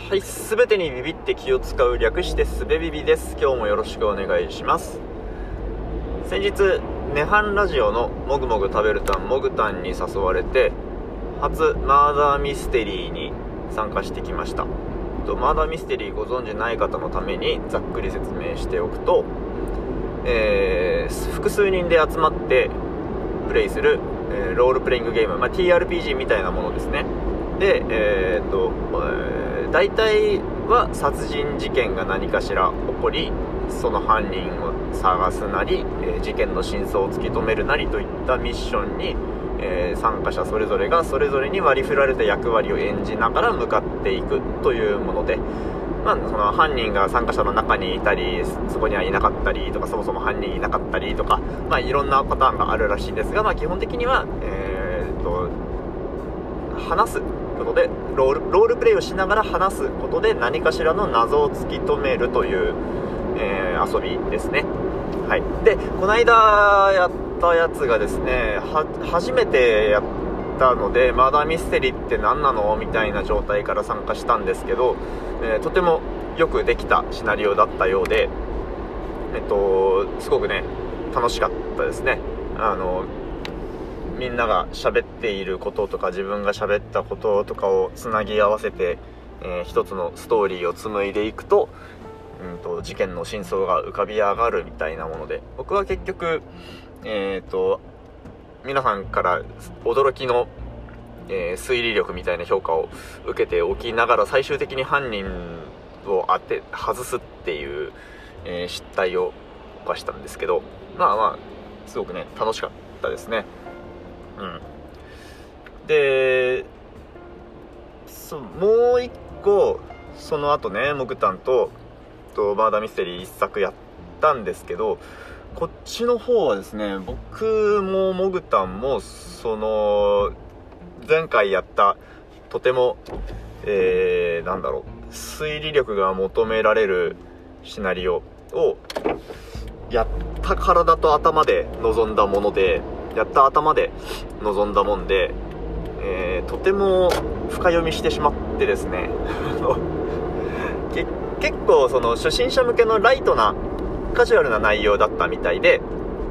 はい、すべてにビビって気を使う、略してすべビビです。今日もよろしくお願いします。先日ネハンラジオのもぐもぐ食べるタンもぐタンに誘われて初マーダーミステリーに参加してきました。マーダーミステリーご存知ない方のためにざっくり説明しておくと、複数人で集まってプレイする、ロールプレイングゲーム、TRPG みたいなものですね。で、大体は殺人事件が何かしら起こり、その犯人を探すなり、事件の真相を突き止めるなりといったミッションに、参加者それぞれがそれぞれに割り振られた役割を演じながら向かっていくというもので、その犯人が参加者の中にいたり、そこにはいなかったりとか、そもそも犯人いなかったりとか、いろんなパターンがあるらしいんですが、基本的には、話すことでロールプレイをしながら話すことで何かしらの謎を突き止めるという、遊びですね。はい。で、この間やったやつがですね、初めてやったので、マーダーミステリーって何なのみたいな状態から参加したんですけど、とてもよくできたシナリオだったようで、すごくね楽しかったですね。みんなが喋っていることとか自分が喋ったこととかをつなぎ合わせて、一つのストーリーを紡いでいくと、事件の真相が浮かび上がるみたいなもので、僕は結局皆さんから驚きの、推理力みたいな評価を受けておきながら、最終的に犯人を外すっていう、失態を犯したんですけど、すごくね楽しかったですね。で、もう一個その後ね、モグタンとマーダーミステリー一作やったんですけど、こっちの方はですね、僕もモグタンもその前回やったとても推理力が求められるシナリオをやった体と頭で臨んだもので、やった頭で臨んだもんで、とても深読みしてしまってですね結構その初心者向けのライトなカジュアルな内容だったみたいで、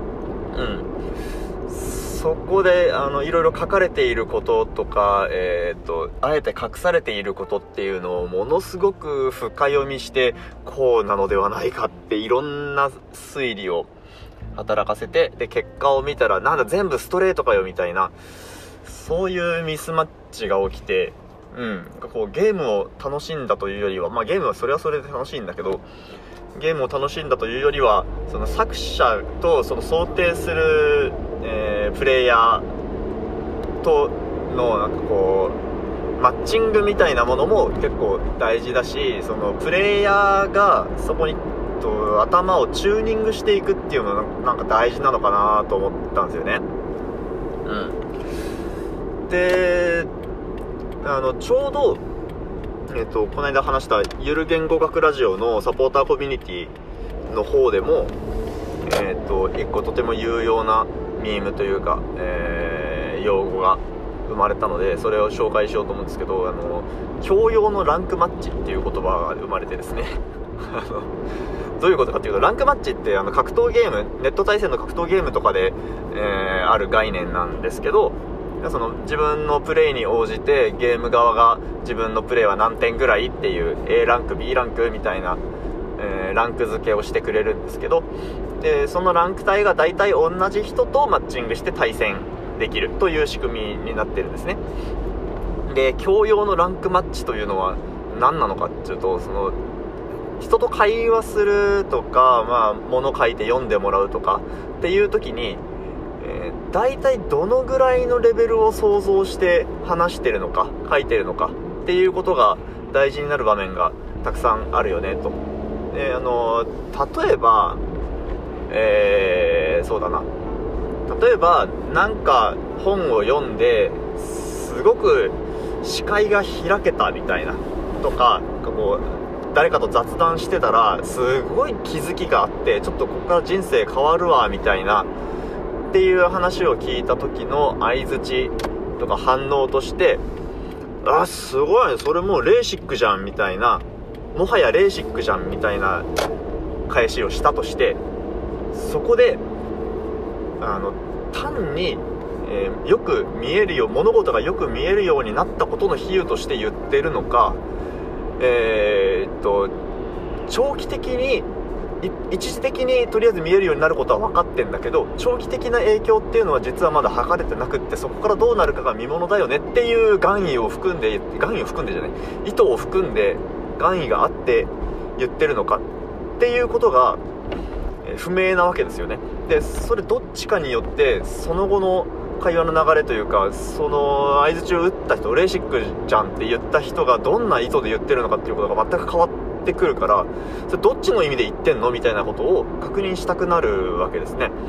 そこでいろいろ書かれていることとか、あえて隠されていることっていうのをものすごく深読みして、こうなのではないかっていろんな推理を働かせて、で結果を見たらなんだ全部ストレートかよみたいな、そういうミスマッチが起きて、ゲームを楽しんだというよりは、ゲームはそれはそれで楽しいんだけど、ゲームを楽しんだというよりは、その作者とその想定する、プレイヤーとのマッチングみたいなものも結構大事だし、そのプレイヤーがそこに頭をチューニングしていくっていうのが大事なのかなと思ったんですよね。で、ちょうどこの間話したゆる言語学ラジオのサポーターコミュニティの方でも一個とても有用なミームというか、用語が生まれたので、それを紹介しようと思うんですけど、教養のランクマッチっていう言葉が生まれてですねどういうことかっていうと、ランクマッチって格闘ゲーム、ネット対戦の格闘ゲームとかで、ある概念なんですけど、その自分のプレイに応じてゲーム側が自分のプレイは何点ぐらいっていう A ランク B ランクみたいな、ランク付けをしてくれるんですけど、でそのランク帯が大体同じ人とマッチングして対戦できるという仕組みになってるんですね。で、教養のランクマッチというのは何なのかっていうと、その人と会話するとか、物書いて読んでもらうとかっていう時に、大体どのぐらいのレベルを想像して話してるのか書いてるのかっていうことが大事になる場面がたくさんあるよねと。で、例えば、そうだな、例えばなんか本を読んですごく視界が開けたみたいなとか、誰かと雑談してたらすごい気づきがあって、ちょっとここから人生変わるわみたいなっていう話を聞いた時の相槌とか反応として、 すごいそれもうレーシックじゃんみたいな、もはやレーシックじゃんみたいな返しをしたとして、そこで単に、よく見えるよ、物事がよく見えるようになったことの比喩として言ってるのか、長期的に一時的にとりあえず見えるようになることは分かってんだけど、長期的な影響っていうのは実はまだ測れてなくって、そこからどうなるかが見ものだよねっていう含意を含んでじゃない、意図を含んで含意があって言ってるのかっていうことが不明なわけですよね。でそれどっちかによってその後の会話の流れというか、その相槌を打った人、レーシックじゃんって言った人がどんな意図で言ってるのかっていうことが全く変わってくるから、それどっちの意味で言ってんのみたいなことを確認したくなるわけですね。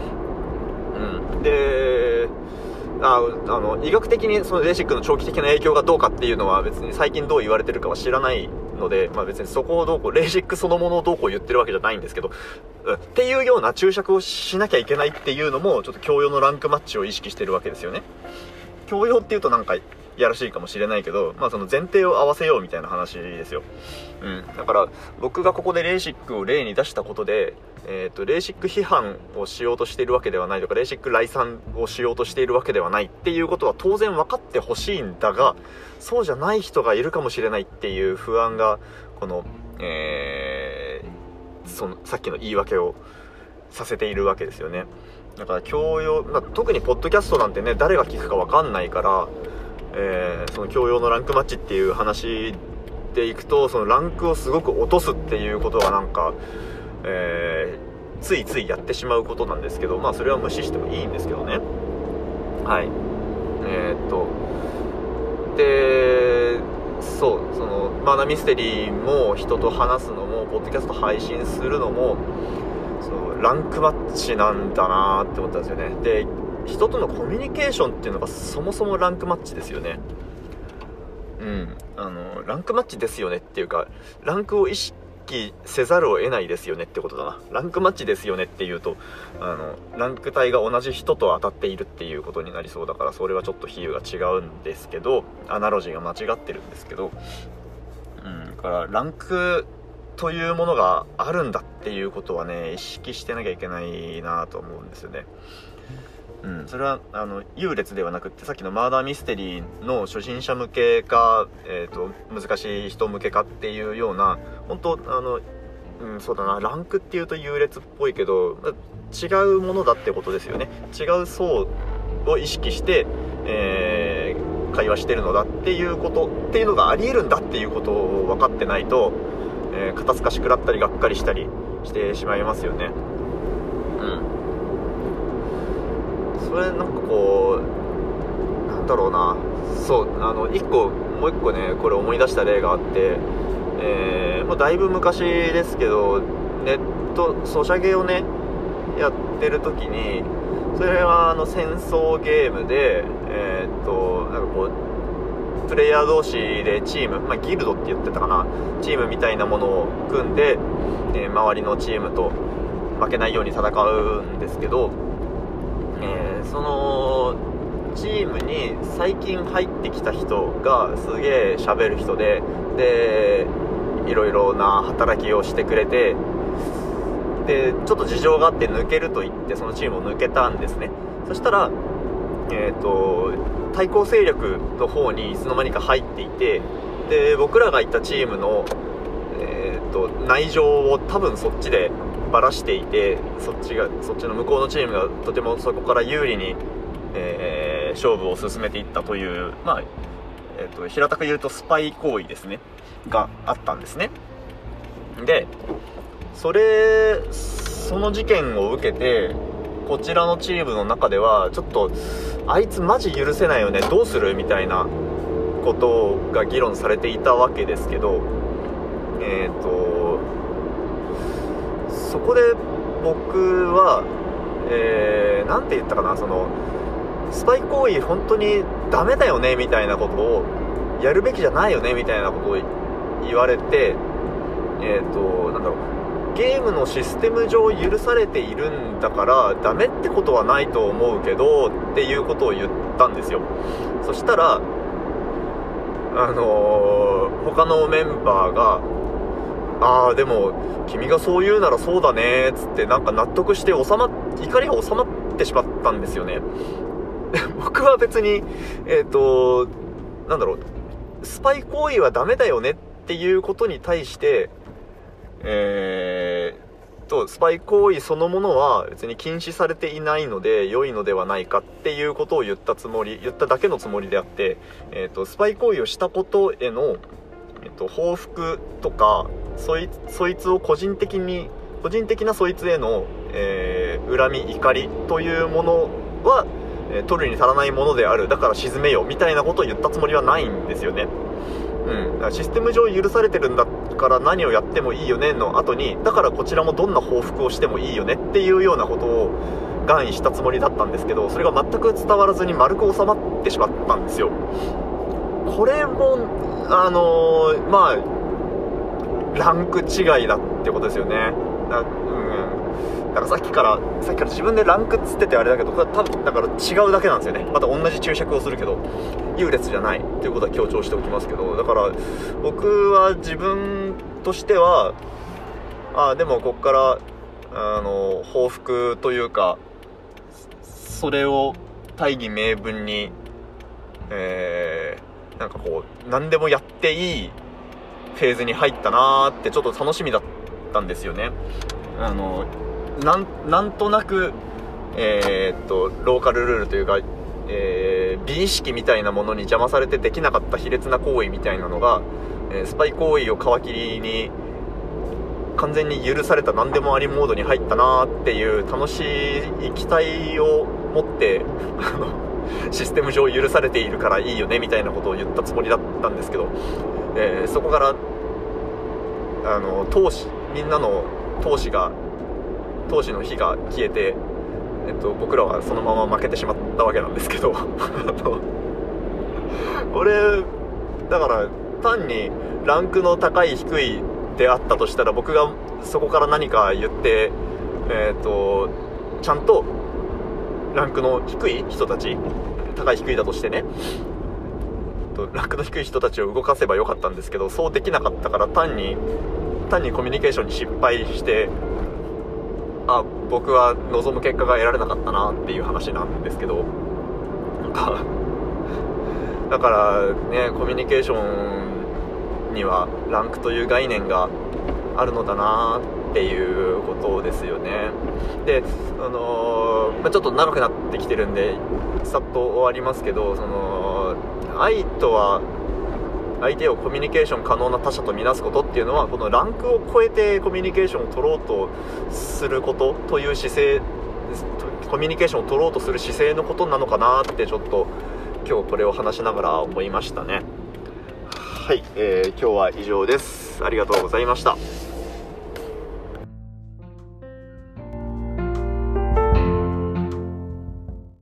で医学的にそのレーシックの長期的な影響がどうかっていうのは別に最近どう言われてるかは知らないので、別にそこをどうこうレーシックそのものをどうこう言ってるわけじゃないんですけど、っていうような注釈をしなきゃいけないっていうのもちょっと教養のランクマッチを意識してるわけですよね。教養っていうとなんかやらしいかもしれないけど、その前提を合わせようみたいな話ですよ。だから僕がここでレーシックを例に出したことで、レーシック批判をしようとしているわけではないとか、レーシック来賛をしようとしているわけではないっていうことは当然分かってほしいんだが、そうじゃない人がいるかもしれないっていう不安がこの、さっきの言い訳をさせているわけですよね。だから教養、特にポッドキャストなんてね、誰が聞くか分かんないから、その教養のランクマッチっていう話でいくと、そのランクをすごく落とすっていうことがなんか、ついついやってしまうことなんですけど、それは無視してもいいんですけどね。でそのマナーミステリーも人と話すのもポッドキャスト配信するのもそのランクマッチなんだなって思ったんですよね。で人とのコミュニケーションっていうのがそもそもランクマッチですよね。ランクマッチですよねっていうか、ランクを意識せざるを得ないですよねってことだな。ランクマッチですよねっていうとランク帯が同じ人と当たっているっていうことになりそうだから、それはちょっと比喩が違うんですけど、アナロジーが間違ってるんですけど、だからランクというものがあるんだっていうことはね、意識してなきゃいけないなと思うんですよね。それは優劣ではなくって、さっきのマーダーミステリーの初心者向けか、難しい人向けかっていうような、本当そうだな、ランクっていうと優劣っぽいけど違うものだってことですよね。違う層を意識して、会話してるのだっていうことっていうのがあり得るんだっていうことを分かってないと、肩透かし食らったりがっかりしたりしてしまいますよね。それなんかこうなんだろうな、そうもう一個ねこれ思い出した例があって、もうだいぶ昔ですけど、ネットソシャゲをねやってる時に、それは戦争ゲームでなんかこうプレイヤー同士でチーム、ギルドって言ってたかな、チームみたいなものを組んで、周りのチームと負けないように戦うんですけど、そのチームに最近入ってきた人がすげえ喋る人で、いろいろな働きをしてくれて、でちょっと事情があって抜けると言ってそのチームを抜けたんですね。そしたら対抗勢力の方にいつの間にか入っていて、で僕らがいたチームの内情を多分そっちでばらしていて、そっちの向こうのチームがとてもそこから有利に、勝負を進めていったという、平たく言うとスパイ行為ですねがあったんですね。でその事件を受けてこちらのチームの中ではちょっとあいつマジ許せないよね、どうするみたいなことが議論されていたわけですけど、そこで僕はなんて言ったかな、そのスパイ行為本当にダメだよねみたいなことをやるべきじゃないよねみたいなことを言われて、なんだろう、ゲームのシステム上許されているんだからダメってことはないと思うけどっていうことを言ったんですよ。そしたら他のメンバーがでも君がそう言うならそうだねつってなんか納得して怒りが収まってしまったんですよね。僕は別になんだろう、スパイ行為はダメだよねっていうことに対してスパイ行為そのものは別に禁止されていないので良いのではないかっていうことを言っただけのつもりであって、スパイ行為をしたことへの、報復とかそいつを個人的なそいつへの、恨み怒りというものは、取るに足らないものである、だから沈めよみたいなことを言ったつもりはないんですよね。だからシステム上許されてるんだから何をやってもいいよねの後に、だからこちらもどんな報復をしてもいいよねっていうようなことを含意したつもりだったんですけど、それが全く伝わらずに丸く収まってしまったんですよ。これもランク違いだってことですよね。だからさっきから自分でランクっつっててあれだけど、これは多分だから違うだけなんですよね。また同じ注釈をするけど優劣じゃないということは強調しておきますけど、だから僕は自分としてはでもこっから報復というかそれを大義名分になんかこう何でもやっていいフェーズに入ったなーってちょっと楽しみだったんですよね。なんとなくローカルルールというか、美意識みたいなものに邪魔されてできなかった卑劣な行為みたいなのが、スパイ行為を皮切りに完全に許された何でもありモードに入ったなーっていう楽しい期待を持ってシステム上許されているからいいよねみたいなことを言ったつもりだったんですけど、そこからみんなの闘志の火が消えて、僕らはそのまま負けてしまったわけなんですけどこれだから単にランクの高い低いであったとしたら、僕がそこから何か言ってちゃんとランクの低い人たち、高い低いだとしてね、ランクの低い人たちを動かせばよかったんですけど、そうできなかったから単にコミュニケーションに失敗して、僕は望む結果が得られなかったなっていう話なんですけど、だからね、コミュニケーションにはランクという概念があるのだなっていうことですよね。で、ちょっと長くなってきてるんでさっと終わりますけど、愛とは相手をコミュニケーション可能な他者とみなすことっていうのは、このランクを超えてコミュニケーションを取ろうとすることという姿勢、コミュニケーションを取ろうとする姿勢のことなのかなってちょっと今日これを話しながら思いましたね。はい、今日は以上です。ありがとうございました。